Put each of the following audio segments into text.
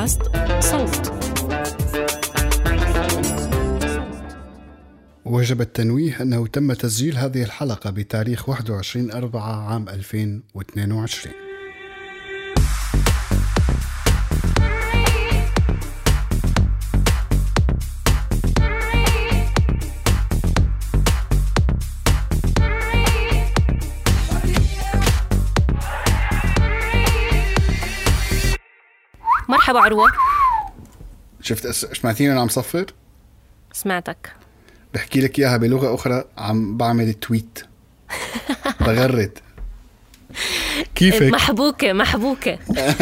بودكاست صوت. وجب التنويه أنه تم تسجيل هذه الحلقة بتاريخ 21/4 عام 2022. مرحبا عروة. شفت سمعتيني أنا عم صفر؟ سمعتك. بحكي لك إياها بلغة أخرى، عم بعمل تويت بغرد. كيفك؟ محبوكة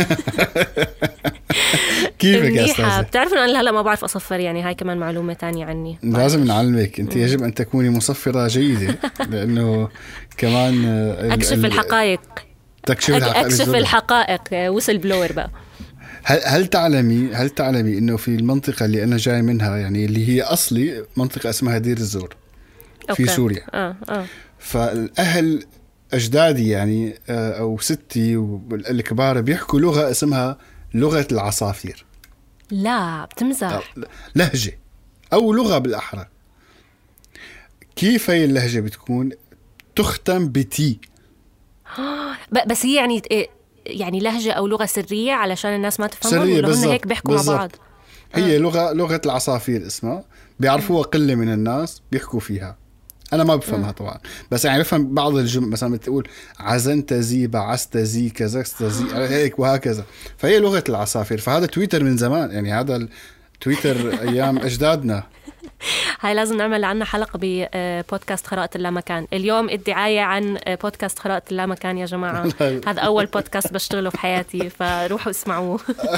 كيفك يا أستاذة؟ بتعرفوا أن أنا هلأ ما بعرف أصفر، يعني هاي كمان معلومة تانية عني. لازم نعلمك، أنت يجب أن تكوني مصفرة جيدة لأنه كمان أكشف الحقائق. أكشف الحقائق. وصل بلور بقى. هل تعلمي إنه في المنطقة اللي أنا جاي منها، يعني اللي هي أصلي منطقة اسمها دير الزور في سوريا. فالأهل أجدادي يعني أو ستي والكبار بيحكوا لغة اسمها لغة العصافير. لا بتمزح. لهجة أو لغة بالأحرى. كيف هي اللهجة بتكون؟ تختم بتي. بس هي يعني لهجة أو لغة سرية علشان الناس ما تفهمها، سرية ولا هم بالزبط. هيك بيحكوا مع بعض؟ هي لغة العصافير اسمها، بيعرفوها قلة من الناس بيحكوا فيها. أنا ما بفهمها طبعا، بس يعني بفهم بعض الجمل، مثلا بتقول عزنت زي، بعست زي، كزكست زي، هيك وهكذا. فهي لغة العصافير. فهذا تويتر من زمان، يعني هذا تويتر أيام أجدادنا. هاي لازم نعمل عنها حلقة ببودكاست خرائط اللامكان. اليوم الدعاية عن بودكاست خرائط اللامكان يا جماعة. هذا أول بودكاست بشتغله في حياتي، فروحوا اسمعوه.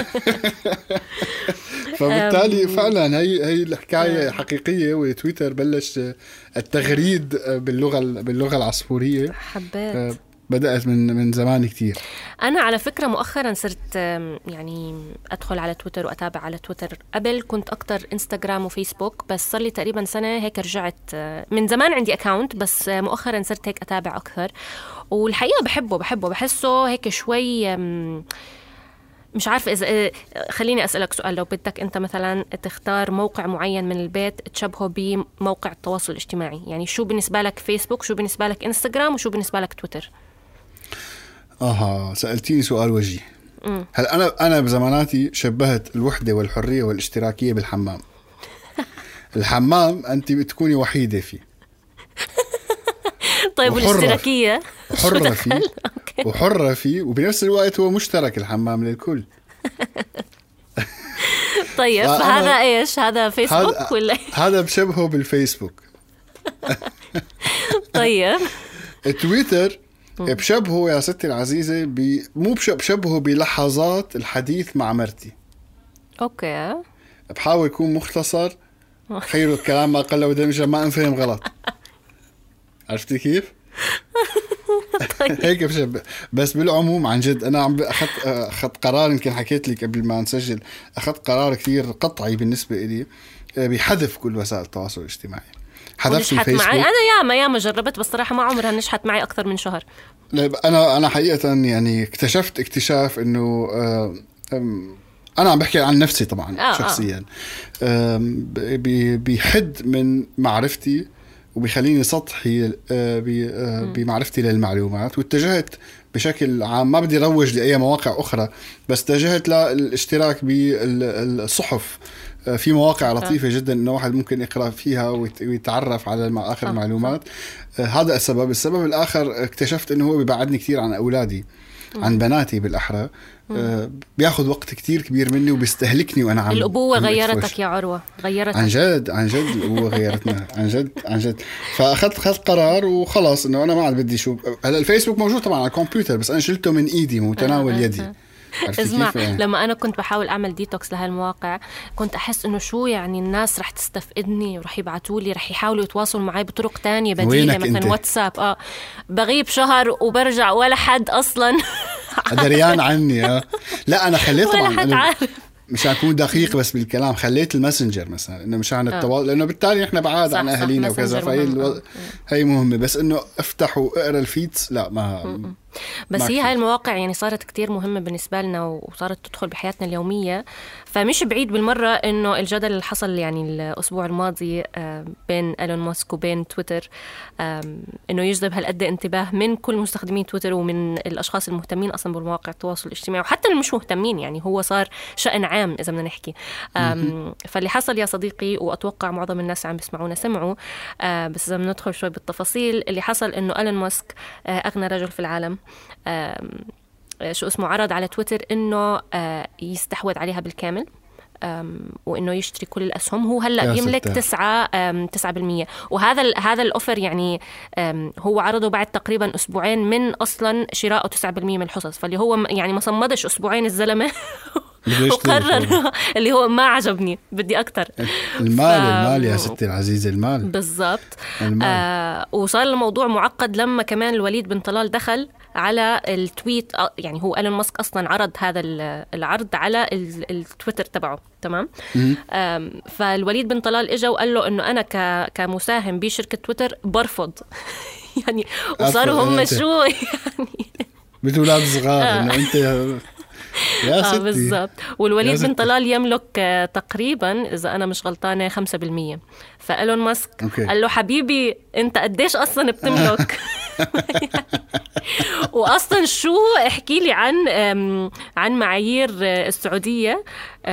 فبالتالي فعلا هي الحكاية حقيقية، وتويتر بلش التغريد باللغة العصفورية. حبيت. بدأت من زمان كتير. أنا على فكرة مؤخرا صرت يعني أدخل على تويتر وأتابع على تويتر. قبل كنت أكتر إنستغرام وفيسبوك، بس صار لي تقريبا سنة هيك رجعت. من زمان عندي أكاونت، بس مؤخرا صرت هيك أتابع أكثر. والحقيقة بحبه بحسه هيك شوي مش عارفة إذا خليني أسألك سؤال. لو بدك أنت مثلا تختار موقع معين من البيت تشبهه بموقع التواصل الاجتماعي، يعني شو بالنسبة لك فيسبوك، شو بالنسبة لك إنستغرام، وشو بالنسبة لك تويتر؟ سألتيني سؤال وجيه. هل أنا بزماناتي شبهت الوحدة والحرية والاشتراكية بالحمام. الحمام أنت بتكوني وحيدة فيه. طيب والاشتراكية وحرة فيه وبنفس الوقت هو مشترك الحمام للكل. طيب فهذا إيش؟ هذا فيسبوك ولا؟ هذا بشبهه بالفيسبوك. طيب تويتر بشبهه يا ستي العزيزة مو بشبهه بلحظات الحديث مع مرتي. أوكي. بحاول يكون مختصر، خير الكلام ما قل ودمج، ما انفهم غلط. عرفتي كيف؟ هيك بشبه. بس بالعموم عن جد أنا أخذت قرار، يمكن حكيت لك قبل ما نسجل، أخذت قرار كتير قطعي بالنسبة إلي بحذف كل وسائل التواصل الاجتماعي. حذفت الفيسبوك. أنا ياما جربت، بس صراحة ما عمرها نجحت معي أكثر من شهر. أنا حقيقة يعني اكتشفت اكتشاف إنه أنا عم بحكي عن نفسي طبعا شخصيا. بيحد من معرفتي وبيخليني سطحي بمعرفتي للمعلومات، واتجهت بشكل عام، ما بدي روج لأي مواقع أخرى، بس اتجهت للاشتراك بالصحف. في مواقع لطيفة جدا إنه واحد ممكن يقرأ فيها ويتعرف على آخر المعلومات. هذا السبب الآخر اكتشفت إنه هو بيبعدني كتير عن أولادي، عن بناتي بالأحرى. بياخذ وقت كتير كبير مني وبيستهلكني وأنا عم. الأبوة غيرتك يا عروة، غيرتك عن جد الأبوة غيرتنا عن جد. فأخذت قرار وخلاص إنه أنا ما عاد بدي. شو هلا الفيسبوك موجود طبعا على الكمبيوتر، بس أنا شلته من إيدي، متناول يدي. اسمع، لما أنا كنت بحاول أعمل ديتوكس لهالمواقع، كنت أحس إنه شو يعني الناس رح تستفقدني ورح يبعتولي، رح يحاولوا يتواصلوا معي بطرق تانية بديلة، مثلا واتساب. بغيب شهر وبرجع ولا حد أصلا دريان عني. لا أنا خليت طبعا مش هكون دقيق بس بالكلام، خليت الماسنجر مثلا إنه مشان التواصل، لأنه بالتالي إحنا بعاد عن أهلينا وكذا، فهي هي مهمة. بس إنه افتح وأقرأ الفيدز لا، بس هي هاي المواقع يعني صارت كتير مهمة بالنسبة لنا وصارت تدخل بحياتنا اليومية. فمش بعيد بالمرة إنه الجدل اللي حصل يعني الأسبوع الماضي بين إيلون ماسك وبين تويتر إنه يجذب هالقد انتباه من كل مستخدمين تويتر ومن الأشخاص المهتمين أصلا بمواقع التواصل الاجتماعي وحتى اللي مش مهتمين. يعني هو صار شأن عام إذا بدنا نحكي. فاللي حصل يا صديقي، وأتوقع معظم الناس عم بيسمعونا سمعوا، بس إذا ندخل شوي بالتفاصيل، اللي حصل إنه إيلون ماسك أغنى رجل في العالم شو اسمه عرض على تويتر إنه يستحوذ عليها بالكامل وإنه يشتري كل الأسهم. هو هلأ بيملك 9%. وهذا الأوفر يعني هو عرضه بعد تقريبا أسبوعين من أصلا شراءه 9% من الحصص. فاللي هو يعني ما صمدش أسبوعين الزلمة وقرر اللي هو ما عجبني، بدي أكتر. المال يا ستي العزيزة، المال بالضبط. وصار الموضوع معقد لما كمان الوليد بن طلال دخل على التويت. يعني هو إيلون ماسك أصلا عرض هذا العرض على التويتر تبعه، تمام. فالوليد بن طلال إجا وقال له إنه أنا كمساهم بشركة تويتر برفض. يعني وصاروا هم شو يعني بتولاد صغار إنه أنت يا ستي. بالضبط. والوليد بن طلال يملك تقريبا إذا أنا مش غلطانة 5%. فإيلون ماسك قال له حبيبي أنت قديش أصلا بتملك؟ وأصلا شو احكي لي عن معايير السعودية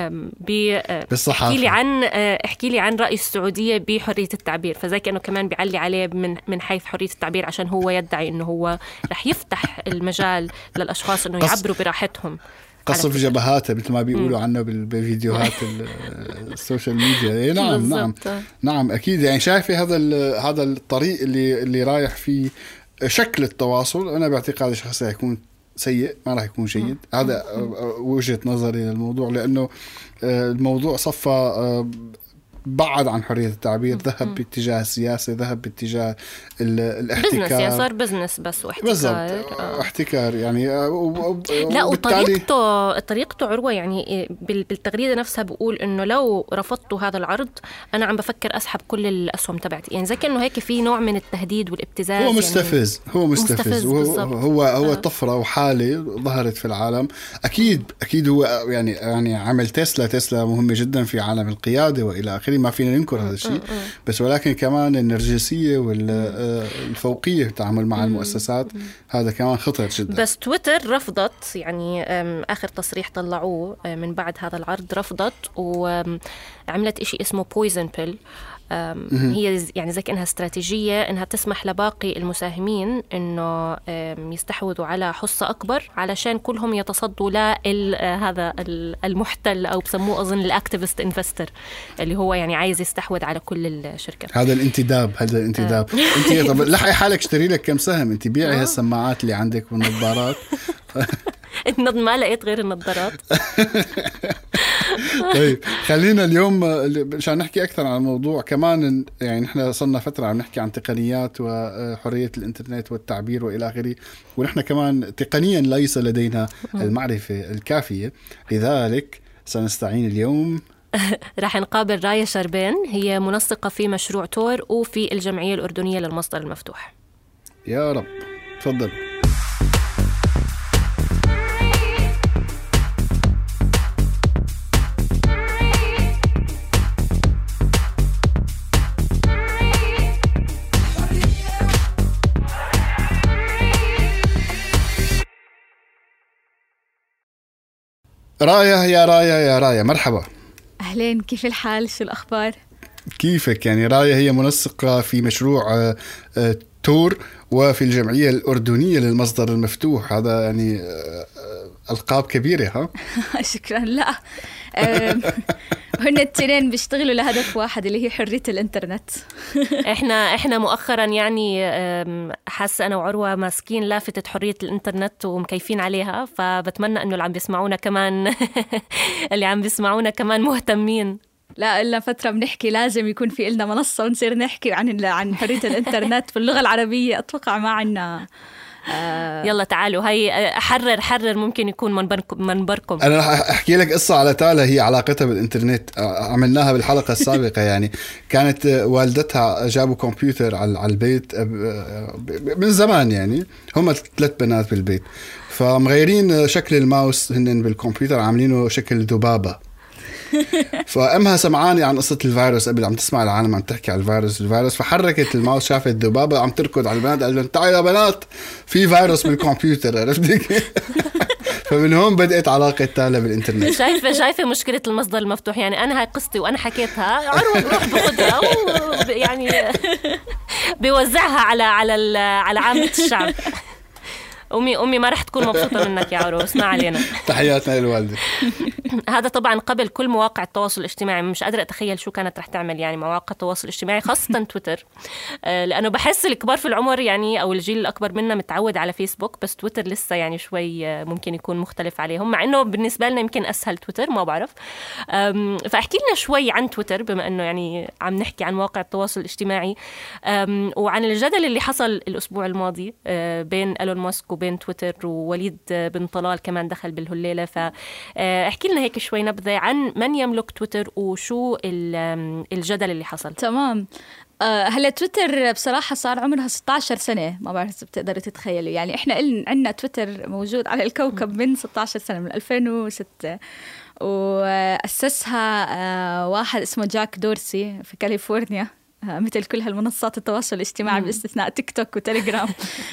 احكي لي عن رأي السعودية بحرية التعبير. فزي كأنه كمان بيعلي عليه من حيث حرية التعبير، عشان هو يدعي إنه هو رح يفتح المجال للأشخاص إنه يعبروا براحتهم. قصف جبهاته مثل ما بيقولوا عنه بفيديوهات السوشيال ميديا. نعم أكيد. يعني شايفة هذا الطريق اللي رايح فيه شكل التواصل. أنا باعتقادي شخصيا يكون سيء، ما راح يكون جيد. هذا وجهة نظري للموضوع، لأنه الموضوع صفى بعد عن حرية التعبير، ذهب باتجاه السياسة، ذهب باتجاه الاحتكار. يعني صار بزنس بس واحتكار. احتكار يعني. لا، وطريقته عروة يعني بالتغريدة نفسها بقول إنه لو رفضتوا هذا العرض أنا عم بفكر أسحب كل الأسهم تبعتي. يعني زي كأنه هيك في نوع من التهديد والابتزاز. هو مستفز. يعني هو مستفز. هو طفرة وحالة ظهرت في العالم. أكيد هو يعني عمل تسلا مهمة جدا في عالم القيادة وإلى آخره، ما فينا ننكر هذا الشيء. بس ولكن كمان النرجسية والفوقية في التعامل مع المؤسسات هذا كمان خطر جدا. بس تويتر رفضت. يعني آخر تصريح طلعوه من بعد هذا العرض رفضت وعملت إشي اسمه poison pill. هي يعني زي كأنها استراتيجية إنها تسمح لباقي المساهمين إنه يستحوذوا على حصة أكبر علشان كلهم يتصدوا هذا المحتل، أو بسموه أظن الأكتيفيست إنفستر، اللي هو يعني عايز يستحوذ على كل الشركة. هذا الانتداب. أنت طب لحقي حالك اشتري لك كم سهم، أنت بيعي هالسماعات اللي عندك والنظارات. ما لقيت غير النظارات. طيب خلينا اليوم عشان نحكي أكثر عن الموضوع كمان. يعني نحن صلنا فترة عم نحكي عن تقنيات وحرية الإنترنت والتعبير وإلى آخره، ونحن كمان تقنيا ليس لدينا المعرفة الكافية، لذلك سنستعين اليوم. راح نقابل راية شربين، هي منسقة في مشروع تور وفي الجمعية الأردنية للمصدر المفتوح. يا رب تفضل. يا راية مرحبا. أهلين، كيف الحال؟ شو الأخبار؟ كيفك؟ يعني راية هي منسقة في مشروع تور وفي الجمعية الأردنية للمصدر المفتوح. هذا يعني ألقاب كبيرة ها؟ شكرا. لا هن التنين بيشتغلوا لهدف واحد اللي هي حرية الإنترنت. احنا مؤخرا يعني حاسة أنا وعروة ماسكين لافتة حرية الإنترنت ومكيفين عليها، فبتمنى أنه اللي عم بيسمعونا كمان مهتمين. لا إلا فترة بنحكي لازم يكون في إلنا منصة ونصير نحكي عن حرية الإنترنت باللغة العربية. أتوقع ما عنا يلا تعالوا هاي حرر ممكن يكون منبركم. أنا رح أحكي لك قصة على تالا هي علاقتها بالإنترنت، عملناها بالحلقة السابقة. يعني كانت والدتها جابوا كمبيوتر على البيت من زمان، يعني هم 3 بنات بالبيت، فمغيرين شكل الماوس هن بالكمبيوتر عاملينه شكل ذبابة. فأمها سمعاني عن قصة الفيروس قبل، عم تسمع العالم عم تحكي على الفيروس، فحركت الماوس شافت ذبابة عم تركض على البنات، قالت لهم تعالوا يا بنات في فيروس بالكمبيوتر، عرفتك؟ فمن هون بدأت علاقة تالا بالإنترنت. شايفة مشكلة المصدر المفتوح. يعني أنا هاي قصتي وأنا حكيتها، عروة بروح بخدها يعني بيوزعها على عامة الشعب. أمي ما رح تكون مبسوطة منك يا عروس، ما علينا. تحياتنا للوالدة. هذا طبعا قبل كل مواقع التواصل الاجتماعي. مش قادرة أتخيل شو كانت رح تعمل يعني مواقع التواصل الاجتماعي، خاصة تويتر، لأنه بحس الكبار في العمر يعني أو الجيل الأكبر منا متعود على فيسبوك، بس تويتر لسه يعني شوي ممكن يكون مختلف عليهم، مع إنه بالنسبة لنا يمكن أسهل تويتر، ما بعرف. فأحكي لنا شوي عن تويتر بما إنه يعني عم نحكي عن مواقع التواصل الاجتماعي، وعن الجدل اللي حصل الأسبوع الماضي بين إيلون ماسك وبين تويتر، ووليد بن طلال كمان دخل بالهليلة. فاحكي لنا هيك شوي نبذة عن من يملك تويتر وشو الجدل اللي حصل. تمام. هلا تويتر بصراحة صار عمرها 16 سنة، ما بعرف إذا بتقدروا تتخيلوا. يعني إحنا عندنا تويتر موجود على الكوكب من 16 سنة، من 2006، وأسسها واحد اسمه جاك دورسي في كاليفورنيا، مثل كل هالمنصات التواصل الاجتماعي باستثناء تيك توك وتليجرام.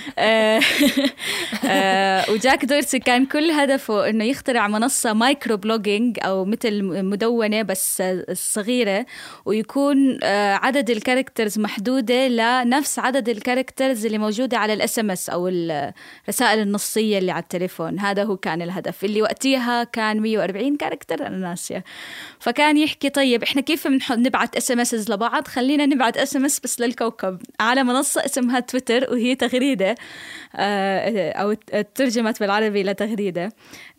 وجاك دورسي كان كل هدفه إنه يخترع منصة مايكرو بلوجينج أو مثل مدونة بس صغيرة، ويكون عدد الكاركترز محدودة لنفس عدد الكاركترز اللي موجودة على الSMS أو الرسائل النصية اللي على التليفون. هذا هو كان الهدف، اللي وقتها كان 140 كاركتر أنا ناسية. فكان يحكي طيب إحنا كيف نبعت SMSs لبعض؟ خلينا نبعت SMS بس للكوكب على منصة اسمها تويتر، وهي تغريدة أو ترجمت بالعربي لتغريدة.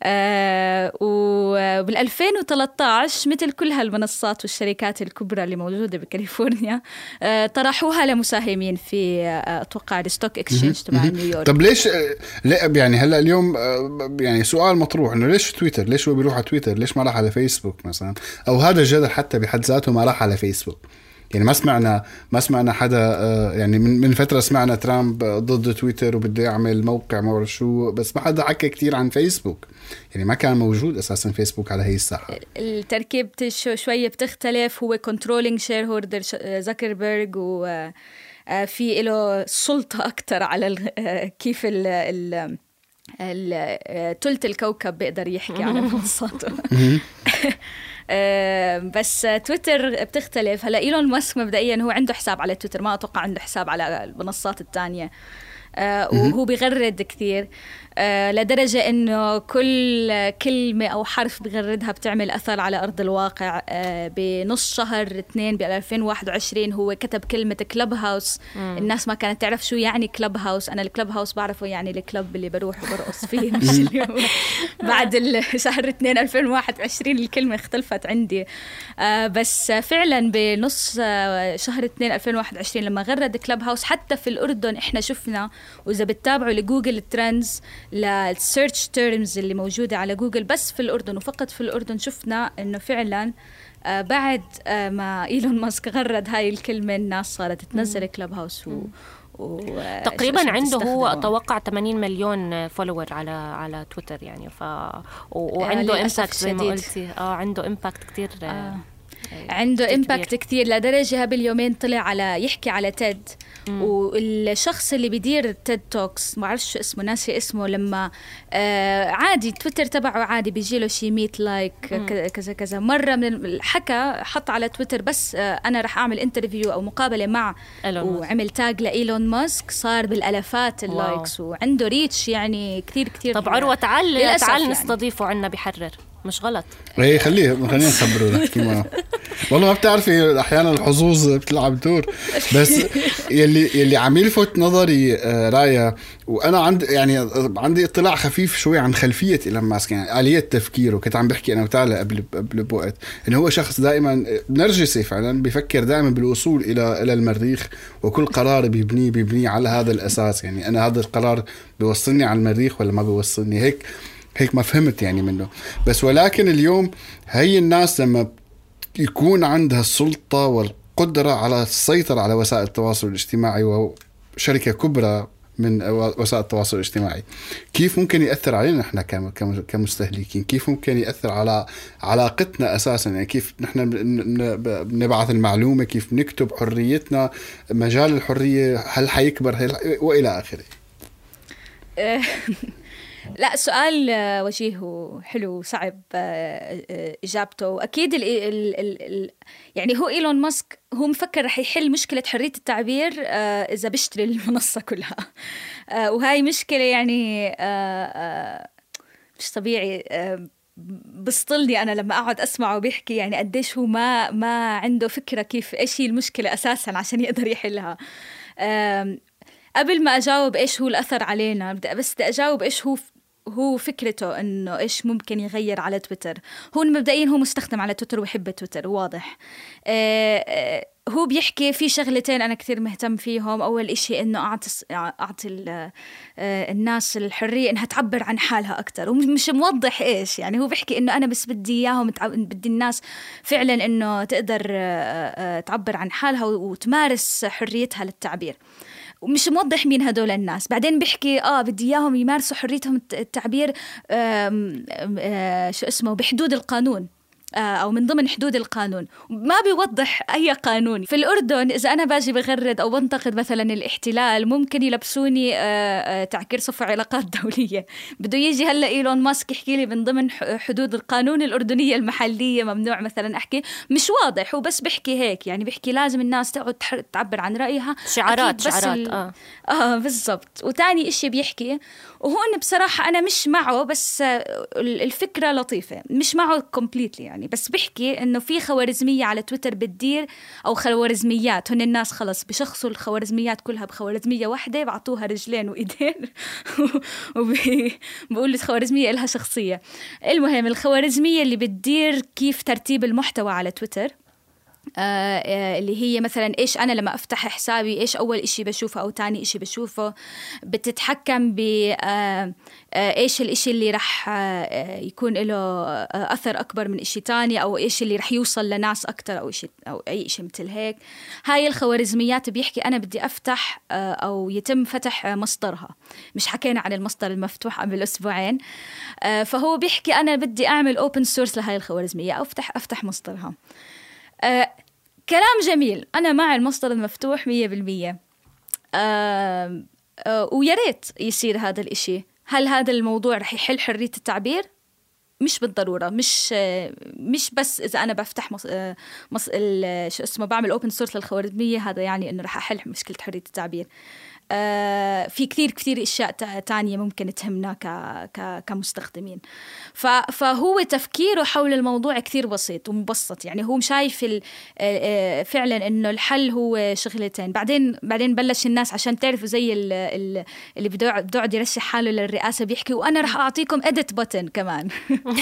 وبال2013 مثل كل هالمنصات والشركات الكبرى اللي موجودة بكاليفورنيا طرحوها لمساهمين في أتوقع الستوك اكسشينج تبع نيويورك. طب ليش يعني هلأ اليوم يعني سؤال مطروح إنه ليش تويتر؟ ليش هو بيروح على تويتر؟ ليش ما راح على فيسبوك مثلا؟ أو هذا الجدل حتى بحد ذاته ما راح على فيسبوك. يعني ما سمعنا حدا، يعني من فترة سمعنا ترامب ضد تويتر وبده يعمل موقع ما بعرف شو، بس ما حدا حكى كتير عن فيسبوك. يعني ما كان موجود أساسا فيسبوك على هي الساحة. التركيب شوية بتختلف. هو كنترولينج شير هولدر زكربيرج، وفي له سلطة أكتر على كيف تلت الكوكب بيقدر يحكي عن منصاته. بس تويتر بتختلف. هلا إيلون ماسك مبدئيا هو عنده حساب على تويتر، ما أتوقع عنده حساب على المنصات التانية. وهو بيغرد كثير لدرجة إنه كل كلمة أو حرف بيغردها بتعمل أثر على أرض الواقع. بنص شهر 2 ب2021 هو كتب كلمة كلب هاوس. الناس ما كانت تعرف شو يعني كلب هاوس. أنا الكلب هاوس بعرفه يعني الكلب اللي بروح وبرقص فيه، مش اليوم. بعد شهر 2 2021 الكلمة اختلفت عندي. بس فعلا بنص شهر 2 2021 لما غرد كلب هاوس، حتى في الأردن إحنا شفنا، وإذا بتتابعوا لجوجل ترندز للسيرش تيرمز اللي موجودة على جوجل بس في الأردن وفقط في الأردن، شفنا إنه فعلا بعد ما إيلون ماسك غرد هاي الكلمة الناس صارت تنزل كلاب هاوس تقريبا عنده هو أتوقع 80 مليون فولور على تويتر يعني. وعنده إمباكت زي ما قلتي. عنده إمباكت كتير. عنده إمباكت كتير لدرجة باليومين طلع يحكي على تيد. والشخص اللي بيدير تيد توكس ما عرفش اسمه، ناسي اسمه، لما عادي تويتر تبعه عادي بيجيله شي 100 لايك كذا كذا مرة من الحكى، حط على تويتر بس أنا رح أعمل انترفيو أو مقابلة مع، وعمل تاج لإيلون ماسك، صار بالألفات اللايكس. وعنده ريتش يعني كتير. طب عروة تعال يعني نستضيفه عنا بحرر، مش غلط. خلينا نخبره نحكي معه. والله ما بتعرفي احيانا الحظوظ بتلعب دور. بس يلي عم يلفت نظري رايا، وانا عندي اطلاع خفيف شوي عن خلفيه إيلون ماسك، يعني آلية تفكيره. كنت عم بحكي انا وتعالى قبل بوقت انه هو شخص دائما نرجسي فعلا، بيفكر دائما بالوصول الى المريخ، وكل قرار بيبنيه على هذا الاساس. يعني انا هذا القرار بيوصلني على المريخ ولا ما بيوصلني، هيك ما فهمت يعني منه. بس ولكن اليوم هي الناس لما يكون عندها السلطة والقدرة على السيطرة على وسائل التواصل الاجتماعي، وشركة كبرى من وسائل التواصل الاجتماعي، كيف ممكن يأثر علينا نحن كمستهلكين؟ كيف ممكن يأثر على علاقتنا أساسا؟ يعني كيف نحن نبعث المعلومة، كيف نكتب حريتنا، مجال الحرية هل حيكبر وإلى آخره. لا، سؤال وجيه وحلو وصعب إجابته. وأكيد يعني هو إيلون ماسك هو مفكر رح يحل مشكلة حرية التعبير إذا بيشتري المنصة كلها. وهاي مشكلة يعني مش طبيعي. بسطلني أنا لما أقعد أسمعه بيحكي يعني قديش هو ما عنده فكرة كيف إيش هي المشكلة أساساً عشان يقدر يحلها. قبل ما أجاوب إيش هو الأثر علينا، بس بدي أجاوب إيش هو فكرته إنه إيش ممكن يغير على تويتر. هو مبدئيا هو مستخدم على تويتر ويحب تويتر، واضح. هو بيحكي في شغلتين أنا كثير مهتم فيهم. أول إشي إنه أعطي الناس الحرية إنها تعبر عن حالها أكتر، ومش موضح إيش يعني. هو بيحكي إنه أنا بس بدي إياهم، بدي الناس فعلا إنه تقدر تعبر عن حالها وتمارس حريتها للتعبير، ومش موضح مين هدول الناس. بعدين بيحكي بدي إياهم يمارسوا حريتهم التعبير بحدود القانون، أو من ضمن حدود القانون. ما بيوضح أي قانون. في الأردن إذا أنا باجي بغرد أو بنتقد مثلا الاحتلال، ممكن يلبسوني تعكير صفر علاقات دولية. بده يجي هلأ إيلون ماسك يحكي لي من ضمن حدود القانون الأردنية المحلية ممنوع مثلا أحكي. مش واضح. هو بس بيحكي هيك يعني، بيحكي لازم الناس تقعد تعبر عن رأيها، شعارات. بالضبط. وتاني إشي بيحكي، وهو بصراحة أنا مش معه، بس الفكرة لطيفة، مش معه completely يعني. بس بحكي إنه في خوارزمية على تويتر بتدير، أو خوارزميات، هن الناس خلص بشخصوا الخوارزميات كلها بخوارزمية واحدة، بعطوها رجلين وإيدين وبقول الخوارزمية إلها شخصية. المهم الخوارزمية اللي بتدير كيف ترتيب المحتوى على تويتر، اللي هي مثلا إيش أنا لما أفتح حسابي إيش أول إشي بشوفه أو تاني إشي بشوفه. بتتحكم إيش الإشي اللي رح يكون له أثر أكبر من إشي تاني، أو إيش اللي رح يوصل لناس أكتر، أو إشي أو أي إشي مثل هيك. هاي الخوارزميات بيحكي أنا بدي أفتح أو يتم فتح مصدرها. مش حكينا عن المصدر المفتوح قبل أسبوعين. فهو بيحكي أنا بدي أعمل open source لهاي الخوارزمية، أفتح مصدرها. كلام جميل، أنا مع المصدر المفتوح 100%. ويا ريت يصير هذا الإشي. هل هذا الموضوع رح يحل حرية التعبير؟ مش بالضرورة. مش بس إذا أنا بفتح بعمل open source للخوارزمية هذا يعني إنه رح أحل مشكلة حرية التعبير. في كثير أشياء تانية ممكن تهمنا كمستخدمين. فهو تفكيره حول الموضوع كثير بسيط ومبسط يعني. هو شايف فعلا إنه الحل هو شغلتين. بعدين بلش الناس عشان تعرفوا زي اللي بده يرشح حاله للرئاسة بيحكي وأنا رح أعطيكم edit button كمان.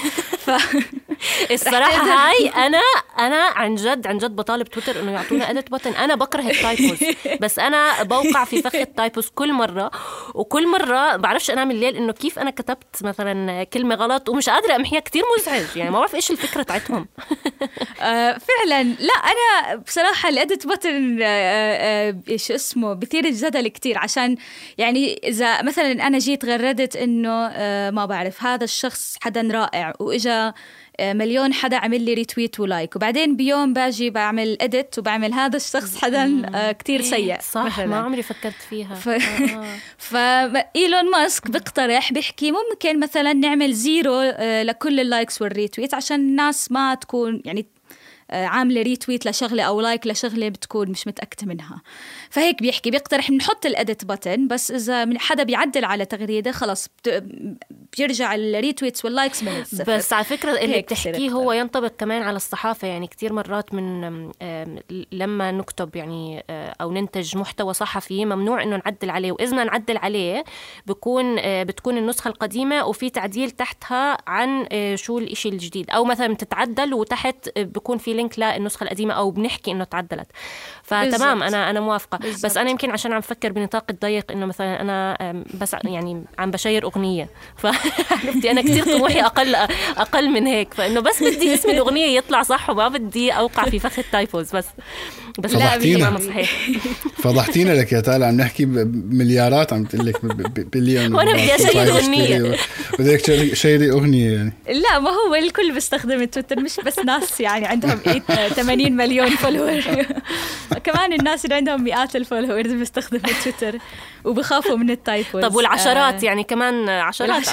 الصراحة هاي أنا عن جد بطالب تويتر إنه يعطونا edit button. أنا بكره التايبوز، بس أنا بوقع في فخ التايبوز كل مرة بعرفش أنام الليل إنه كيف أنا كتبت مثلا كلمة غلط ومش قادرة أمحيها. كتير مزعج يعني، ما بعرف إيش الفكرة تاعتهم. فعلا. لا أنا بصراحة الإديت باتن بثير الجدل كتير. عشان يعني إذا مثلا أنا جيت غردت إنه ما بعرف هذا الشخص حدا رائع، وإجا مليون حدا عمل لي ريتويت ولايك، وبعدين بيوم باجي بعمل إديت وبعمل هذا الشخص حدا كتير سيء. صح مثلاً. ما عمري فكرت فيها. فإيلون ماسك بيحكي ممكن مثلا نعمل 0 لكل اللايكس والريتويت، عشان الناس ما تكون يعني عامله ريتويت لشغله او لايك لشغله بتكون مش متاكده منها. فهيك بيقترح نحط الاديت بutton، بس اذا من حدا بيعدل على تغريده خلص بيرجع الريتويتس واللايكس من الصفر. بس على فكرة اللي بتحكيه هو ينطبق كمان على الصحافة. يعني كتير مرات من لما نكتب يعني أو ننتج محتوى صحفي ممنوع إنه نعدل عليه، وإذا نعدل عليه بتكون النسخة القديمة وفي تعديل تحتها عن شو الإشي الجديد، أو مثلا تتعدل وتحت بيكون في لينك للنسخة القديمة أو بنحكي إنه تعدلت. فتمام أنا موافقة بالزبط. بس أنا يمكن عشان عم فكر بنطاق الضيق إنه مثلا أنا بس يعني عم بشير أغنية، فعرفتي أنا كتير طموحي أقل من هيك، فإنه بس بدي اسم الأغنية يطلع صح وما بدي أوقع في فخ التايبوز. بس لا صحيح. فضحتينا لك يا تالا، عم نحكي بمليارات عم تقول لك بليون وأنا بدي أشير أغنية بدك شيري أغنية يعني. لا ما هو الكل بيستخدم تويتر، مش بس ناس يعني عندهم 80 مليون فولور كمان الناس اللي عندهم مئات الفولورز بيستخدموا تويتر وبخافوا من التايبوز. طب والعشرات يعني كمان عشرات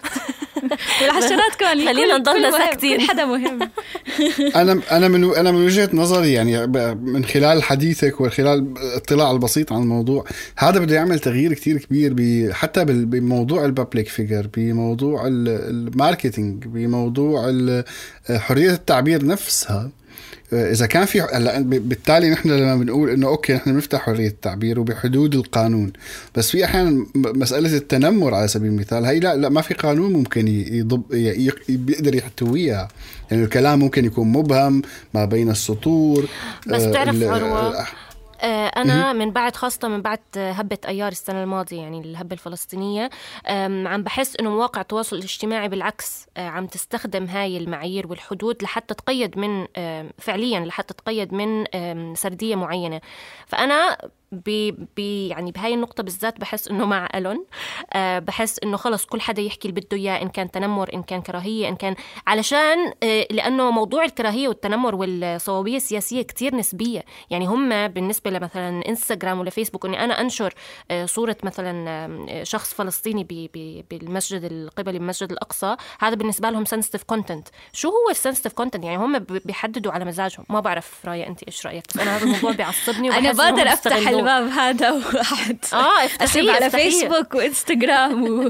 والعشرات كمان خلينا نضلنا ساكتين، كل حدا مهم. انا من وجهة نظري يعني من خلال حديثك وخلال اطلاع البسيط عن الموضوع هذا بده يعمل تغيير كتير كبير حتى بموضوع البابليك فيجر، بموضوع الماركتينج، بموضوع حرية التعبير نفسها. إذا كان في بالتالي نحن لما بنقول إنه أوكي نحن بنفتح حرية التعبير وبحدود القانون، بس في أحيانا مسألة التنمر على سبيل المثال هي لا ما في قانون ممكن بيقدر يحتويها. يعني الكلام ممكن يكون مبهم ما بين السطور. بس تعرف عروة أنا من بعد خاصة من بعد هبة أيار السنة الماضية يعني الهبة الفلسطينية عم بحس إنه مواقع التواصل الاجتماعي بالعكس عم تستخدم هاي المعايير والحدود لحتى تقيد من فعليا لحتى تقيد من سردية معينة. فأنا يعني بهاي النقطة بالذات بحس إنه مع ألون بحس إنه خلص كل حدا يحكي اللي بده إياه، إن كان تنمر إن كان كراهية إن كان علشان لأنه موضوع الكراهية والتنمر والصوابية السياسية كتير نسبية. يعني هم بالنسبة لمثلا إنستغرام ولا فيسبوك إني أنا أنشر صورة مثلا شخص فلسطيني بالمسجد القبلي بالمسجد الأقصى، هذا بالنسبة لهم sensitive content. شو هو sensitive content؟ يعني هم بيحددوا على مزاجهم. ما بعرف رايا أنت إيش رأيك، بس أنا هذا الموضوع بيعصبني. أنا بقدر أفتح الباب هذا واحد أسيب على فيسبوك وإنستغرام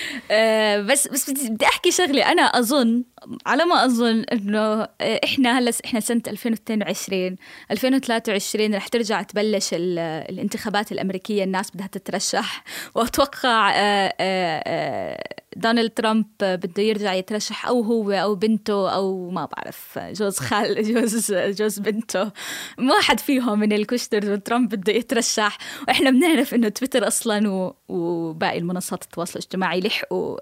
بس بدي أحكي شغلي. أنا أظن على ما أظن إنه إحنا سنة 2022 2023 رح ترجع تبلش الانتخابات الأمريكية، الناس بدها تترشح، وأتوقع دونالد ترامب بده يرجع يترشح، أو هو أو بنته أو ما بعرف جوز بنته، واحد فيهم من الكوشتر وترامب بده يترشح. وإحنا بنعرف إنه تويتر أصلاً وباقي المنصات التواصل الاجتماعي لحقوا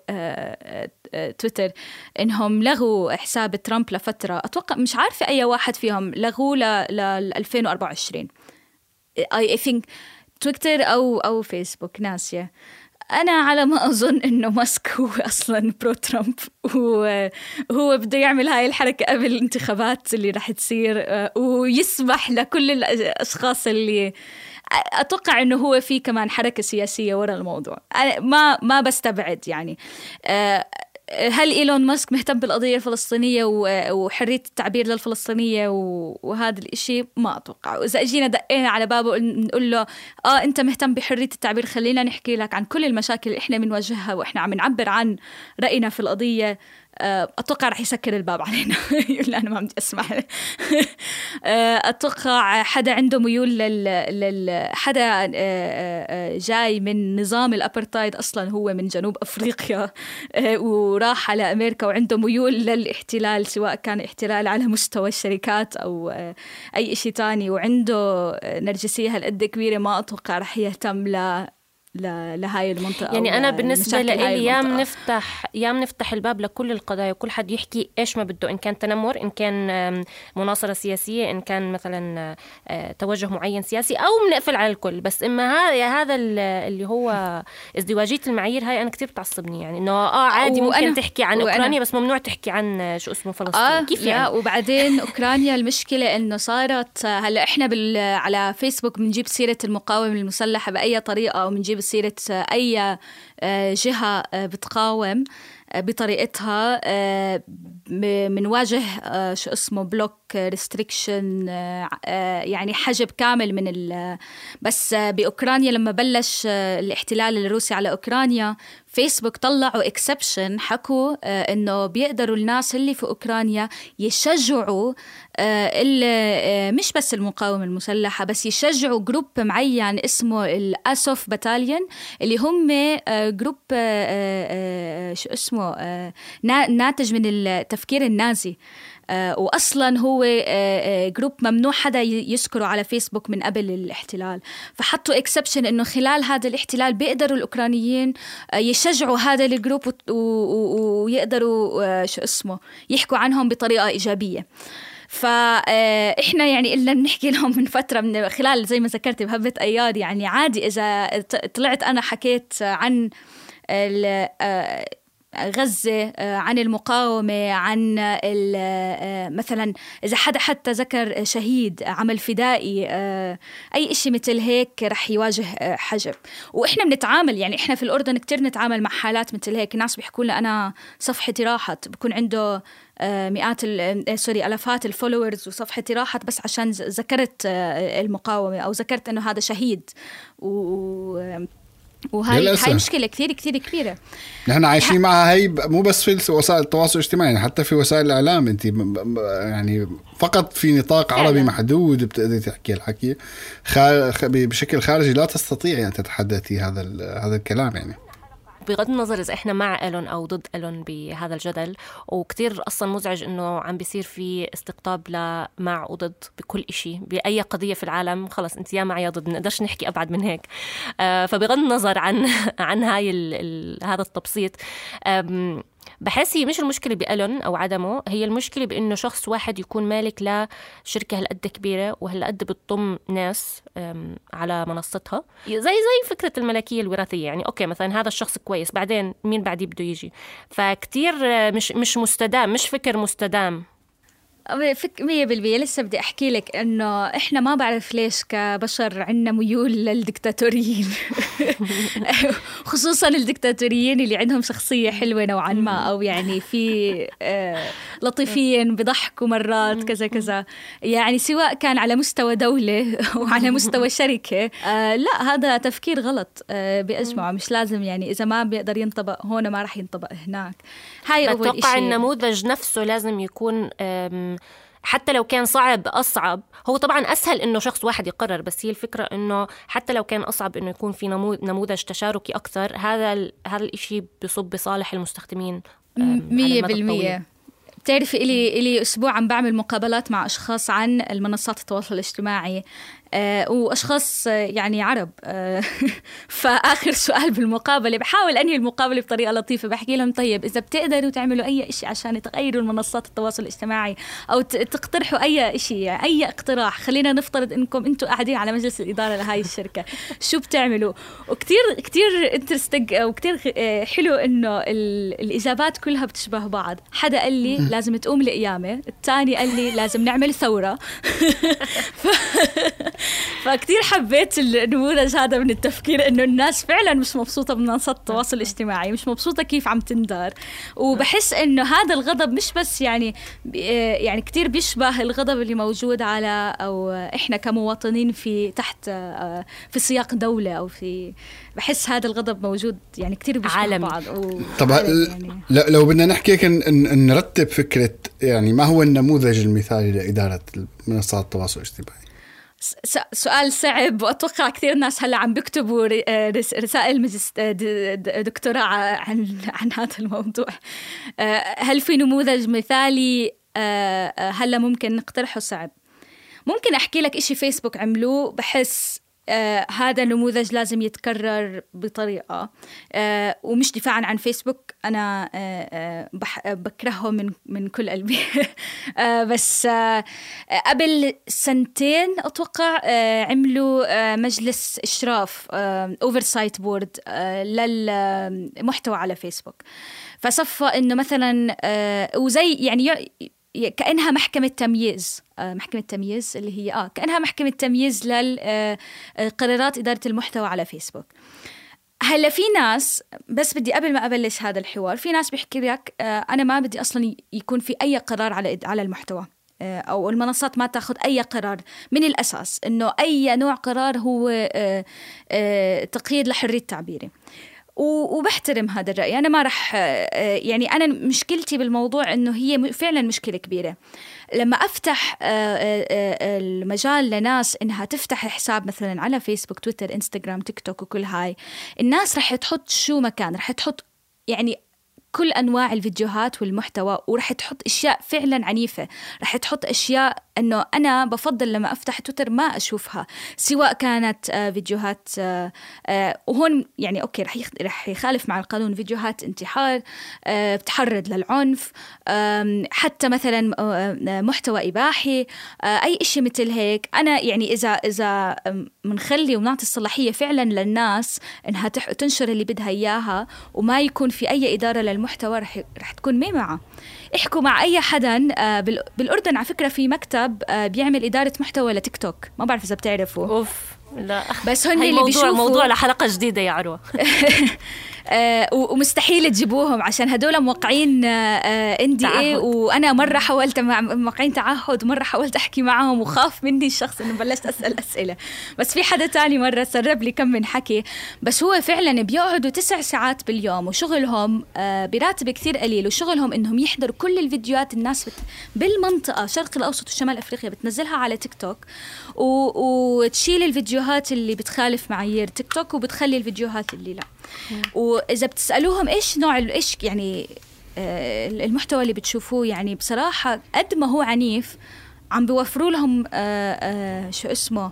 تويتر إنهم لغوا حساب ترامب لفترة. أتوقع مش عارفة أي واحد فيهم لغوه ل 2024 I think تويتر أو فيسبوك ناسية. أنا على ما أظن إنه ماسك هو أصلاً برو ترامب، وهو بده يعمل هاي الحركة قبل الانتخابات اللي رح تصير، ويسمح لكل الأشخاص اللي أتوقع إنه هو في كمان حركة سياسية وراء الموضوع. ما بستبعد يعني هل إيلون ماسك مهتم بالقضية الفلسطينية وحرية التعبير للفلسطينية وهذا الإشي؟ ما أتوقع. وإذا أجينا دقينا على بابه نقول له أنت مهتم بحرية التعبير، خلينا نحكي لك عن كل المشاكل اللي إحنا بنواجهها وإحنا عم نعبر عن رأينا في القضية، أتوقع رح يسكر الباب علينا يقول أنا ما بدي أسمع. أتوقع حدا عنده ميول حدا جاي من نظام الأبرتايد أصلا، هو من جنوب أفريقيا وراح على أمريكا وعنده ميول للاحتلال، سواء كان احتلال على مستوى الشركات أو أي إشي تاني، وعنده نرجسية هالقد كبيرة، ما أتوقع رح يهتم لهاي المنطقة. يعني أنا بالنسبة لي يا منفتح الباب لكل القضايا، وكل حد يحكي إيش ما بده، إن كان تنمر، إن كان مناصرة سياسية، إن كان مثلا توجه معين سياسي، أو منقفل على الكل. بس إما هذا اللي هو ازدواجية المعايير هاي أنا كتير بتعصبني. يعني إنه عادي ممكن تحكي عن أوكرانيا بس ممنوع تحكي عن شو اسمه فلسطين. كيف يعني؟ وبعدين أوكرانيا المشكلة إنه صارت هلا إحنا على فيسبوك بنجيب سيرة المقاومة المسلحة بأي طريقة، أو بنجيب سيرة أي جهة بتقاوم، بطريقتها منواجه شو اسمه بلوك ريستريكشن، يعني حجب كامل من بس بأوكرانيا لما بلش الاحتلال الروسي على أوكرانيا، فيسبوك طلعوا اكسبشن، حكوا انه بيقدروا الناس اللي في اوكرانيا يشجعوا مش بس المقاومة المسلحة، بس يشجعوا جروب معين اسمه الاسوف باتاليون، اللي هم جروب شو اسمه ناتج من التفكير النازي. وأصلا هو جروب ممنوع حدا يذكره على فيسبوك من قبل الاحتلال، فحطوا اكسبشن انه خلال هذا الاحتلال بيقدروا الاوكرانيين يشجعوا هذا الجروب ويقدروا شو اسمه يحكوا عنهم بطريقة إيجابية. فإحنا يعني إلا بنحكي لهم من فترة، من خلال زي ما ذكرت بهبة أياد، يعني عادي إذا طلعت أنا حكيت عن غزة، عن المقاومة، عن مثلا إذا حدا حتى ذكر شهيد، عمل فدائي، أي إشي مثل هيك رح يواجه حجب. وإحنا بنتعامل، يعني إحنا في الأردن كتير نتعامل مع حالات مثل هيك. ناس بيحكوا لنا أنا صفحتي راحت، بكون عنده ألفات الفولورز وصفحتي راحت بس عشان ذكرت المقاومة أو ذكرت أنه هذا شهيد. وهاي مشكلة كثير كثير كبيرة نحن عايشين معها. هاي مو بس في وسائل التواصل الاجتماعي، حتى في وسائل الإعلام. انت يعني فقط في نطاق عربي محدود بتقدري تحكي الحكي، بشكل خارجي لا تستطيعي أن تتحدثي هذا الكلام. يعني بغض النظر إذا إحنا مع إيلون أو ضد إيلون بهذا الجدل، وكتير أصلا مزعج إنه عم بيصير في استقطاب مع وضد بكل إشي بأي قضية في العالم. خلص أنت يا مع يا ضد، نقدرش نحكي أبعد من هيك. فبغض النظر عن هذا التبسيط، بحس هي مش المشكلة بإيلون أو عدمه، هي المشكلة بإنه شخص واحد يكون مالك لشركة هالقد كبيرة وهالقد بتضم ناس على منصتها، زي فكرة الملكية الوراثية. يعني أوكي مثلا هذا الشخص كويس، بعدين مين بعديه بده يجي؟ فكتير مش مستدام، مش فكر مستدام 100%. لسه بدي أحكي لك إنه إحنا ما بعرف ليش كبشر عنا ميول للدكتاتوريين خصوصا الدكتاتوريين اللي عندهم شخصية حلوة نوعا ما، أو يعني في لطيفين بضحكوا مرات كذا كذا، يعني سواء كان على مستوى دولة وعلى مستوى شركة. لا، هذا تفكير غلط بأجمعه. مش لازم يعني إذا ما بيقدر ينطبق هون ما راح ينطبق هناك. هاي أول إشي. أتوقع النموذج نفسه لازم يكون حتى لو كان صعب أصعب. هو طبعا أسهل إنه شخص واحد يقرر، بس هي الفكرة إنه حتى لو كان أصعب إنه يكون في نموذج تشاركي أكثر، هذا الإشي بيصب بصالح المستخدمين 100%. بتعرفي إلي أسبوع عم بعمل مقابلات مع أشخاص عن المنصات التواصل الاجتماعي، وأشخاص يعني عرب. فآخر سؤال بالمقابلة، بحاول أنهي المقابلة بطريقة لطيفة، بحكي لهم طيب إذا بتقدروا تعملوا أي إشي عشان تغيروا المنصات التواصل الاجتماعي أو تقترحوا أي إشي، أي اقتراح، خلينا نفترض إنكم أنتوا قاعدين على مجلس الإدارة لهاي الشركة، شو بتعملوا؟ وكتير كتير انترستنج وكتير حلو إنه الإجابات كلها بتشبه بعض. حدا قال لي لازم تقوم القيامة، الثاني قال لي لازم نعمل ثورة. فكتير حبيت النموذج هذا من التفكير، إنه الناس فعلا مش مبسوطة بمنصات التواصل الاجتماعي، مش مبسوطة كيف عم تندار. وبحس إنه هذا الغضب مش بس يعني كتير بيشبه الغضب اللي موجود على أو إحنا كمواطنين تحت في سياق دولة أو بحس هذا الغضب موجود يعني كتير بيشبه بعض. طب يعني لو بدنا نحكي نرتب فكرة، يعني ما هو النموذج المثالي لإدارة منصات التواصل الاجتماعي؟ سؤال صعب، وأتوقع كثير ناس هلا عم بيكتبوا رسائل دكتوراه عن هذا الموضوع. هل في نموذج مثالي هلا ممكن نقترحه؟ صعب. ممكن أحكي لك إشي فيسبوك عملوه، بحس هذا النموذج لازم يتكرر بطريقة، ومش دفاعا عن فيسبوك، أنا بكرههم من كل قلبي. بس قبل 2 أتوقع عملوا مجلس إشراف oversight board للمحتوى على فيسبوك، فصفى إنه مثلا وزي يعني كأنها محكمة تمييز، محكمة تمييز اللي هي كأنها محكمة تمييز للقرارات إدارة المحتوى على فيسبوك. هلا في ناس، بس بدي قبل ما أبلش هذا الحوار، في ناس بيحكي لك أنا ما بدي أصلا يكون في أي قرار على المحتوى، أو المنصات ما تأخذ أي قرار من الأساس، إنه أي نوع قرار هو تقييد لحرية تعبيري. وبحترم هذا الرأي. أنا ما رح يعني أنا مشكلتي بالموضوع إنه هي فعلا مشكلة كبيرة. لما أفتح المجال لناس إنها تفتح حساب مثلا على فيسبوك، تويتر، إنستغرام، تيك توك وكل هاي، الناس رح تحط شو مكان، رح تحط يعني كل أنواع الفيديوهات والمحتوى، ورح تحط أشياء فعلا عنيفة، رح تحط أشياء أنه أنا بفضل لما أفتح تويتر ما أشوفها، سواء كانت فيديوهات وهون يعني أوكي رح يخالف مع القانون، فيديوهات انتحار، بتحرض للعنف، حتى مثلا محتوى إباحي، أي إشي مثل هيك. أنا يعني إذا منخلي ونعطي الصلاحية فعلا للناس إنها تنشر اللي بدها إياها، وما يكون في أي إدارة للمحتوى، رح تكون معه. احكوا مع أي حدا. بالأردن على فكرة في مكتب بيعمل إدارة محتوى لتيك توك، ما بعرف إذا بتعرفوا. أوف لا، بس هن اللي بيشوفوا موضوع لحلقة جديدة يا عروة. ومستحيل تجيبوهم عشان هدول موقعين NDA، وأنا مرة حاولت موقعين تعهد، ومرة حاولت أحكي معهم وخاف مني الشخص إنه بلشت أسأل أسئلة. بس في حدا تاني مرة سرب لي كم من حكي، بس هو فعلا بيقعدوا 9 ساعات باليوم، وشغلهم براتب كثير قليل، وشغلهم إنهم يحضروا كل الفيديوهات الناس بالمنطقة شرق الأوسط وشمال أفريقيا، بتنزلها على تيك توك، وتشيل الفيديوهات اللي بتخالف معايير تيك توك، وبتخلي الفيديوهات اللي لا. وإذا بتسألوهم إيش نوع إيش يعني المحتوى اللي بتشوفوه، يعني بصراحة قد ما هو عنيف، عم بيوفروا لهم شو اسمه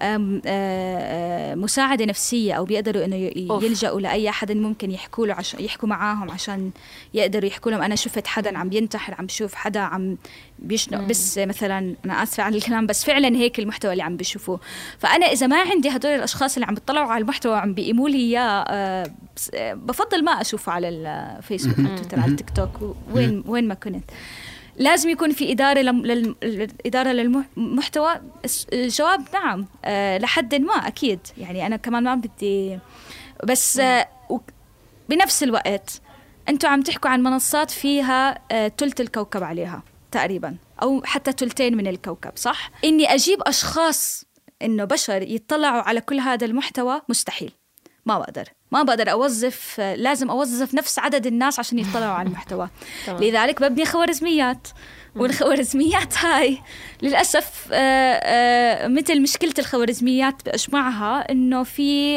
مساعدة نفسية، أو بيقدروا إنه يلجأوا لأي حدا ممكن يحكوا له يحكوا معاهم عشان يقدروا يحكوا لهم أنا شفت حدا عم ينتحر، عم بشوف حدا عم بيشنق، بس مثلا أنا آسفة على الكلام، بس فعلا هيك المحتوى اللي عم بيشوفوه. فأنا إذا ما عندي هدول الأشخاص اللي عم بيطلعوا على المحتوى وعم بيقيموا لي إياه، بفضل ما أشوفه على الفيسبوك، على تويتر، على التيك توك، وين ما كنت. لازم يكون في إدارة للمحتوى. الجواب نعم، لحد ما أكيد. يعني أنا كمان ما بدي، بس بنفس الوقت أنتوا عم تحكوا عن منصات فيها ثلث الكوكب عليها تقريبا، أو حتى ثلثين من الكوكب، صح؟ إني أجيب أشخاص إنه بشر يطلعوا على كل هذا المحتوى مستحيل. ما بقدر أوظف، لازم أوظف نفس عدد الناس عشان يطلعوا على المحتوى. لذلك ببني خوارزميات، والخوارزميات هاي للأسف مثل مشكلة الخوارزميات بأجمعها، إنه في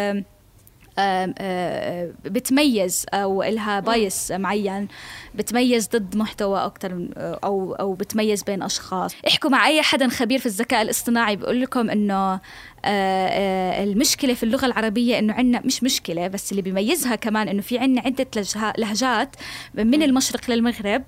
بتميز أو إلها بايس معين، بتميز ضد محتوى أكتر، أو بتميز بين أشخاص. احكوا مع أي حدا خبير في الذكاء الاصطناعي بيقول لكم إنه المشكلة في اللغة العربية إنه عنا، مش مشكلة بس اللي بيميزها كمان إنه في عنا عدة لهجات من المشرق للمغرب،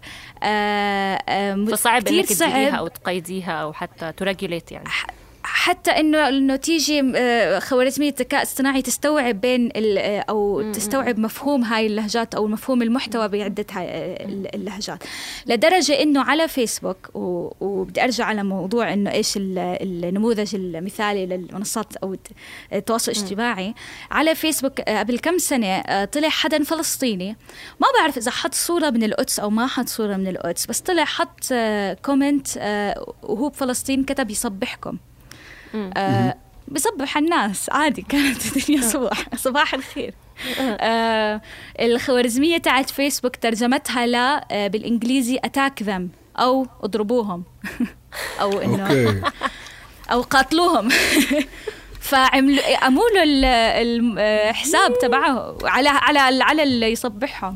فصعب إنك تديريها أو تقيديها أو حتى ترجليت، يعني حتى إنه تيجي خوارزمية الذكاء الاصطناعي تستوعب بين أو تستوعب مفهوم هاي اللهجات أو مفهوم المحتوى بعدة هاي اللهجات، لدرجة إنه على فيسبوك، وبدي أرجع على موضوع إنه إيش النموذج المثالي للمنصات أو التواصل الاجتماعي. على فيسبوك قبل كم سنة طلع حدا فلسطيني، ما بعرف إذا حط صورة من القدس أو ما حط صورة من القدس، بس طلع حط كومنت وهو بفلسطين، كتب يصبحكم. بصبح الناس عادي، كانت الدنيا صباح الخير. الخوارزمية تاعت فيسبوك ترجمتها بالإنجليزي attack them أو اضربوهم أو إنه أو قاتلوهم. فعملوا الحساب تبعه على اللي يصبحهم.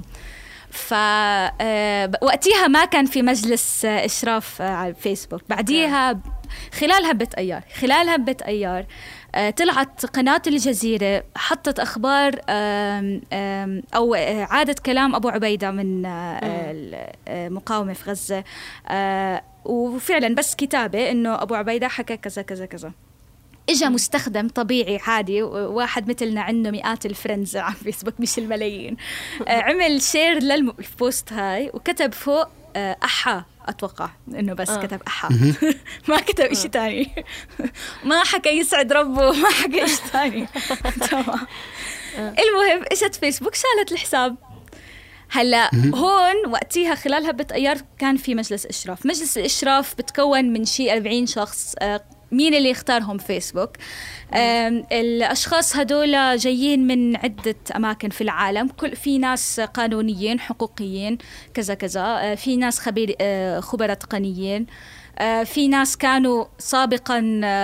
فوقتها ما كان في مجلس إشراف على الفيسبوك. بعديها خلالها بأيار طلعت قناة الجزيرة، حطت أخبار أو عادة كلام أبو عبيدة من المقاومة في غزة، وفعلا بس كتابة إنه أبو عبيدة حكى كذا كذا كذا. إجا مستخدم طبيعي عادي، واحد مثلنا عنده مئات الفريندز على فيسبوك مش الملايين، عمل شير للبوست هاي وكتب فوق أحا، أتوقع إنه بس كتب أحا ما كتب إشي تاني، ما حكى يسعد ربه، ما حكى إشي تاني. المهم اجت فيسبوك شالت الحساب. هلا هون وقتها خلال هبة أيار كان في مجلس إشراف. مجلس الإشراف بتكون من شيء 40 شخص. مين اللي يختارهم فيسبوك؟ الأشخاص هدول جايين من عدة أماكن في العالم. في ناس قانونيين حقوقيين كذا كذا، في ناس خبراء تقنيين، في ناس كانوا سابقا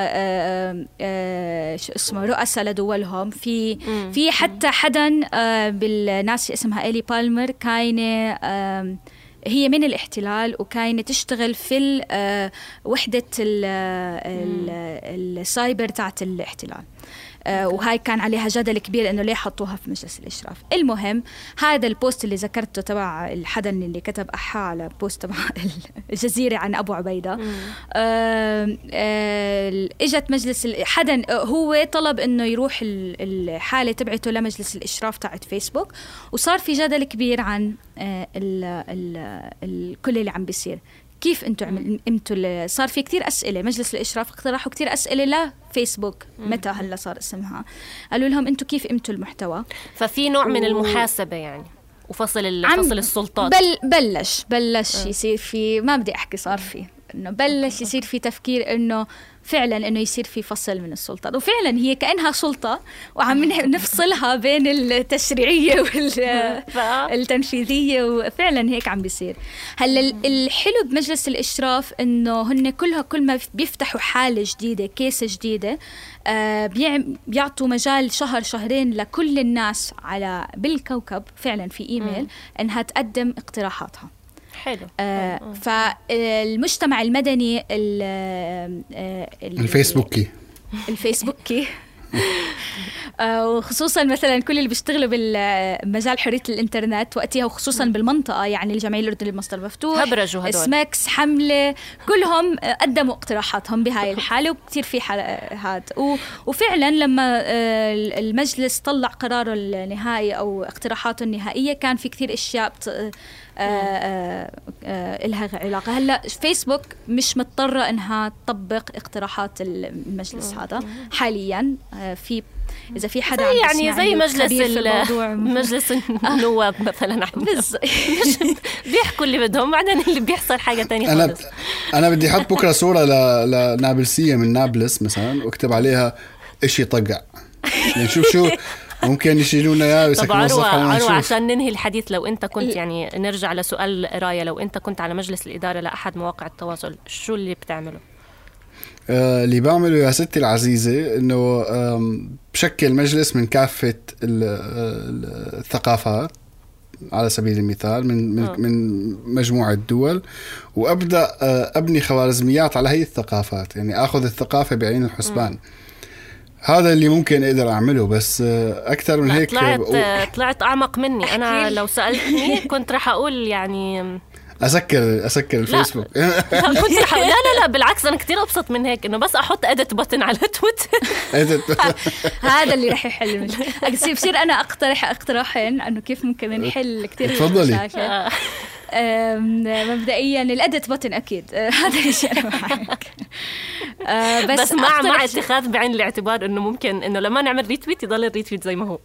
شو اسمه رؤساء لدولهم، في حتى حدا بالناس اسمها إلي بالمر كاينة هي من الاحتلال وكاينة تشتغل في وحدة السايبر تاعت الاحتلال. وهاي كان عليها جدل كبير انه ليه حطوها في مجلس الاشراف. المهم هذا البوست اللي ذكرته تبع الحدا اللي كتب على بوست تبع الجزيرة عن ابو عبيدة، اجت مجلس حدا هو طلب انه يروح الحالة تبعته لمجلس الاشراف تاعت فيسبوك، وصار في جدل كبير عن كل اللي عم بيصير. كيف انتوا صار في كتير أسئلة. مجلس الإشراف اقترحوا كتير أسئلة لفيسبوك متى هلا صار اسمها، قالوا لهم انتوا كيف قمتوا المحتوى. ففي نوع من المحاسبة يعني وفصل السلطات. بلش يصير في، ما بدي أحكي صار في، إنه بلش يصير في تفكير إنه فعلا إنه يصير في فصل من السلطات، وفعلا هي كأنها سلطة وعم نفصلها بين التشريعية والتنفيذية، وفعلا هيك عم بيصير. هلا الحلو بمجلس الإشراف إنه هن كل ما بيفتحوا حالة جديدة، كيس جديدة، بيعطوا مجال شهر شهرين لكل الناس بالكوكب فعلا في إيميل إنها تقدم اقتراحاتها. حلو. فالمجتمع المدني الفيسبوكي وخصوصا مثلا كل اللي بيشتغلوا بالمجال حرية الإنترنت وقتها، وخصوصا بالمنطقة يعني الجمعية الأردنية للمصدر المفتوح، سمكس، حملة، كلهم قدموا اقتراحاتهم بهاي الحالة، وكتير في هاد وفعلا لما المجلس طلع قراره النهائي أو اقتراحاته النهائية كان في كتير أشياء إلها علاقة. هلا فيسبوك مش مضطرة إنها تطبق اقتراحات المجلس هذا حاليا. في إذا في حدا يعني زي مجلس النواب مثلا بيحكوا اللي بدهم، بعدين اللي بيحصل حاجة تانية خالص. أنا بدي أحط بكرة صورة لنابلسية من نابلس مثلا واكتب عليها إشي طقع، يعني شو ممكن يشيلونا يا ويسكروا عروة عشان ننهي الحديث. لو أنت كنت يعني نرجع لسؤال راية، لو أنت كنت على مجلس الإدارة لأحد مواقع التواصل، شو اللي بتعمله؟ اللي بعمله يا ستي العزيزة إنه بشكل مجلس من كافة الثقافات على سبيل المثال من مجموعة دول، وأبدأ أبني خوارزميات على هي الثقافات، يعني أخذ الثقافة بعين الحسبان. هذا اللي ممكن أقدر أعمله، بس أكثر من هيك طلعت أعمق مني. أنا لو سألتني كنت رح أقول يعني أسكر الفيسبوك. كنت رح أقول لا بالعكس، أنا كتير أبسط من هيك، إنه بس أحط edit button على تويتر. هذا اللي رح يحل بصير أنا أقترح اقتراحين إنه كيف ممكن نحل كتير مشاكل. مبدئيا الاديت بوتن اكيد هذا الشيء انا معك. بس مع اتخاذ بعين الاعتبار انه ممكن انه لما نعمل ريتويت يضل الريتويت زي ما هو.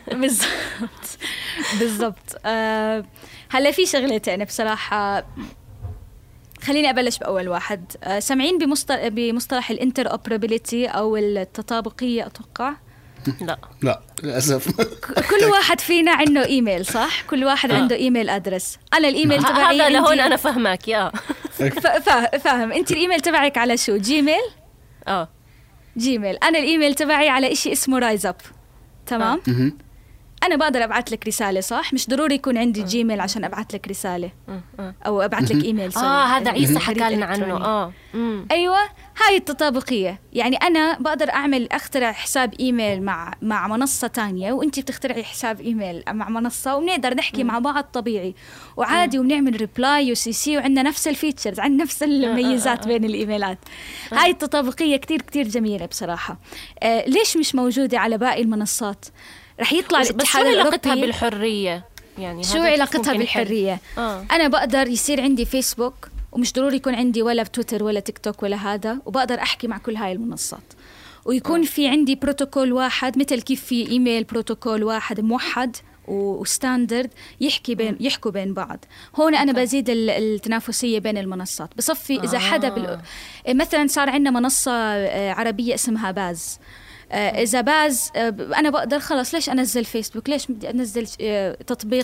بالضبط. هلا في شغلتين بصراحه، خليني أبلش بأول واحد. سامعين بمصطلح الانتروبرابيليتي أو التطابقية أتوقع؟ لا للأسف. كل واحد فينا عنده إيميل صح؟ كل واحد عنده إيميل أدرس. أنا الإيميل تبعي هذا لهون أنا فهمك يا فاهم. أنت الإيميل تبعك على شو؟ جيميل؟ جيميل. أنا الإيميل تبعي على إشي اسمه رايز أب. تمام؟ أنا بقدر أبعث لك رسالة صح؟ مش ضروري يكون عندي جيميل عشان أبعث لك رسالة أو أبعث لك إيميل. هذا عيسى حكى لنا عنه. أيوة، هاي التطابقية. يعني أنا بقدر أخترع حساب إيميل مع منصة تانية، وأنتي بتخترعي حساب إيميل مع منصة، وبنقدر نحكي مع بعض طبيعي وعادي، وبنعمل ريبلاي وسي وعندنا نفس الفيتشرز، عندنا نفس الميزات بين الإيميلات. هاي التطابقية كتير كتير جميلة بصراحة. ليش مش موجودة على باقي المنصات؟ رح يطلع الاتحاد الأوروبي. شو علاقتها بالحرية؟ يعني شو علاقتها بالحرية؟ أنا بقدر يصير عندي فيسبوك ومش ضروري يكون عندي ولا تويتر ولا تيك توك ولا هذا، وبقدر أحكي مع كل هاي المنصات، ويكون في عندي بروتوكول واحد، مثل كيف في إيميل بروتوكول واحد موحد وستاندرد يحكوا بين بعض. هون أنا بزيد التنافسية بين المنصات. بصفي إذا حدا مثلا صار عندنا منصة عربية اسمها باز، إذا باز أنا بقدر خلاص ليش أنزل فيسبوك، ليش بدي أنزل تطبيق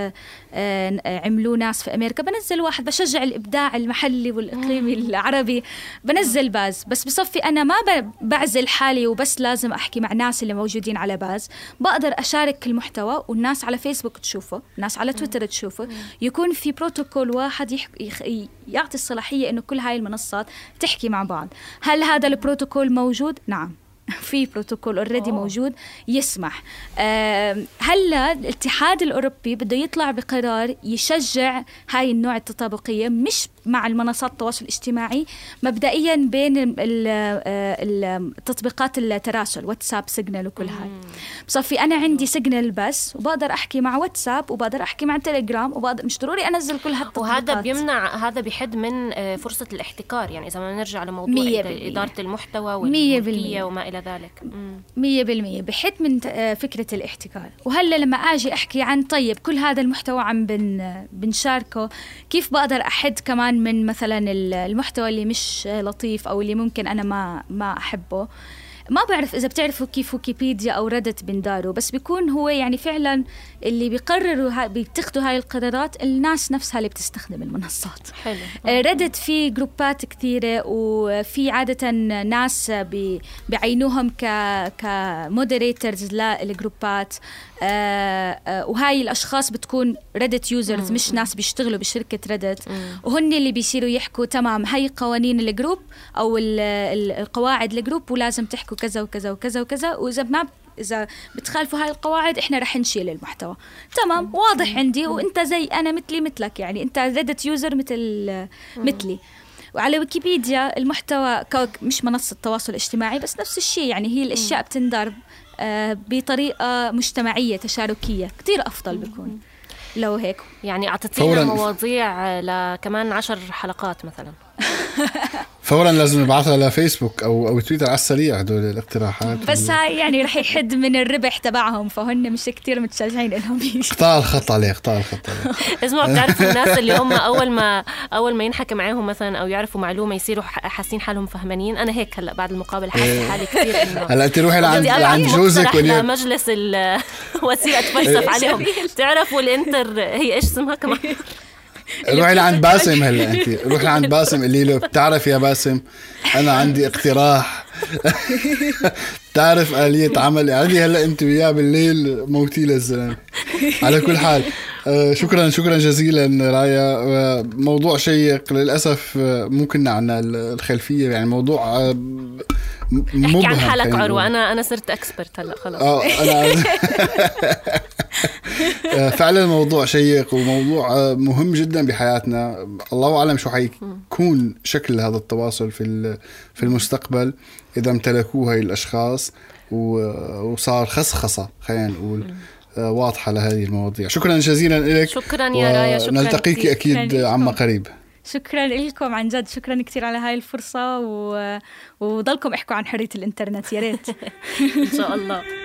عملوه ناس في أمريكا، بنزل واحد بشجع الإبداع المحلي والإقليمي العربي، بنزل باز. بس بصفي أنا ما بعزل حالي وبس لازم أحكي مع ناس اللي موجودين على باز، بقدر أشارك المحتوى والناس على فيسبوك تشوفه، الناس على تويتر تشوفه، يكون في بروتوكول واحد يعطي الصلاحية إنه كل هاي المنصات تحكي مع بعض. هل هذا البروتوكول موجود؟ نعم، في بروتوكول اوريدي موجود يسمح. هلا الاتحاد الأوروبي بده يطلع بقرار يشجع هاي النوع التطابقية، مش مع المنصات التواصل الاجتماعي، مبدئيا بين التطبيقات التراسل، واتساب، سيجنال وكل هاي. بصفي أنا عندي سيجنال بس وبقدر أحكي مع واتساب وبقدر أحكي مع تليجرام وبقدر مش ضروري أنزل كل هالتطبيقات. وهذا بيمنع، هذا بيحد من فرصة الاحتكار. يعني إذا ما نرجع لموضوع إدارة المحتوى والملكية وما إلى ذلك، 100% بحد من فكرة الاحتكار. وهلا لما أجي أحكي عن طيب كل هذا المحتوى عم بنشاركه، كيف بقدر أحد كمان من مثلا المحتوى اللي مش لطيف أو اللي ممكن أنا ما أحبه. ما بعرف إذا بتعرفوا كيف ويكيبيديا أو ريدت بنداروا، بس بيكون هو يعني فعلا اللي بيقرروا بيتخذوا هاي القرارات الناس نفسها اللي بتستخدم المنصات. حلو. ريدت في جروبات كثيرة، وفي عادة ناس بيعينوهم كمودريترز للجروبات، وهاي الأشخاص بتكون ريدت يوزرز، مش ناس بيشتغلوا بشركة ريدت، وهن اللي بيصيروا يحكوا تمام هاي قوانين الجروب أو القواعد الجروب ولازم تحكوا كذا وكذا وكذا وكذا، وإذا ما إذا بتخالفوا هاي القواعد إحنا رح نشيل المحتوى. تمام، واضح عندي، وإنت زي أنا مثلي مثلك، يعني أنت ريدت يوزر مثلي. وعلى ويكيبيديا المحتوى مش منصة تواصل اجتماعي بس نفس الشيء، يعني هي الأشياء بتندار بطريقة مجتمعية تشاركية، كتير أفضل بيكون لو هيك. يعني أعطيتينا مواضيع لكمان 10 حلقات مثلا. فورا لازم نبعثها لفيسبوك أو تويتر على السريع هدول الاقتراحات. بس هاي يعني رح يحد من الربح تبعهم، فهن مش كتير متشجعين لهم. قطاع الخط عليه. اسمعوا، بتعرفوا الناس اللي هم أول ما ينحكى معاهم مثلا أو يعرفوا معلومة يصيروا حاسين حالهم فهمانين. أنا هيك هلا بعد المقابلة حاسة حالي كتير إنه هلا أنت روحي لعند جوزك مجلس وسيلة فلسف عليهم. تعرفوا الانتر هي إيش اسمها كمان؟ روحي لعند باسم. هلا انت روحي لعند باسم اللي له بتعرف يا باسم انا عندي اقتراح. تعرف آلية عمل عندي هلا انت وياه بالليل موتي للزلمه. على كل حال شكرا جزيلا رايا. موضوع شيق للاسف ممكن عنا الخلفيه، يعني موضوع احكي عن حالك عروة. انا صرت اكسبرت هلا خلاص. انا فعلا موضوع شيق وموضوع مهم جدا بحياتنا. الله اعلم شو حيكون شكل هذا التواصل في المستقبل اذا امتلكوه هاي الاشخاص وصار خصخصة خلينا نقول واضحة لهذه المواضيع. شكرا جزيلا لك. شكرا يا رايا. شكرا، نلتقيك اكيد عما قريب. شكرا لكم عن جد، شكرا كثير على هاي الفرصة، وضلكم احكوا عن حرية الانترنت يا ريت. ان شاء الله.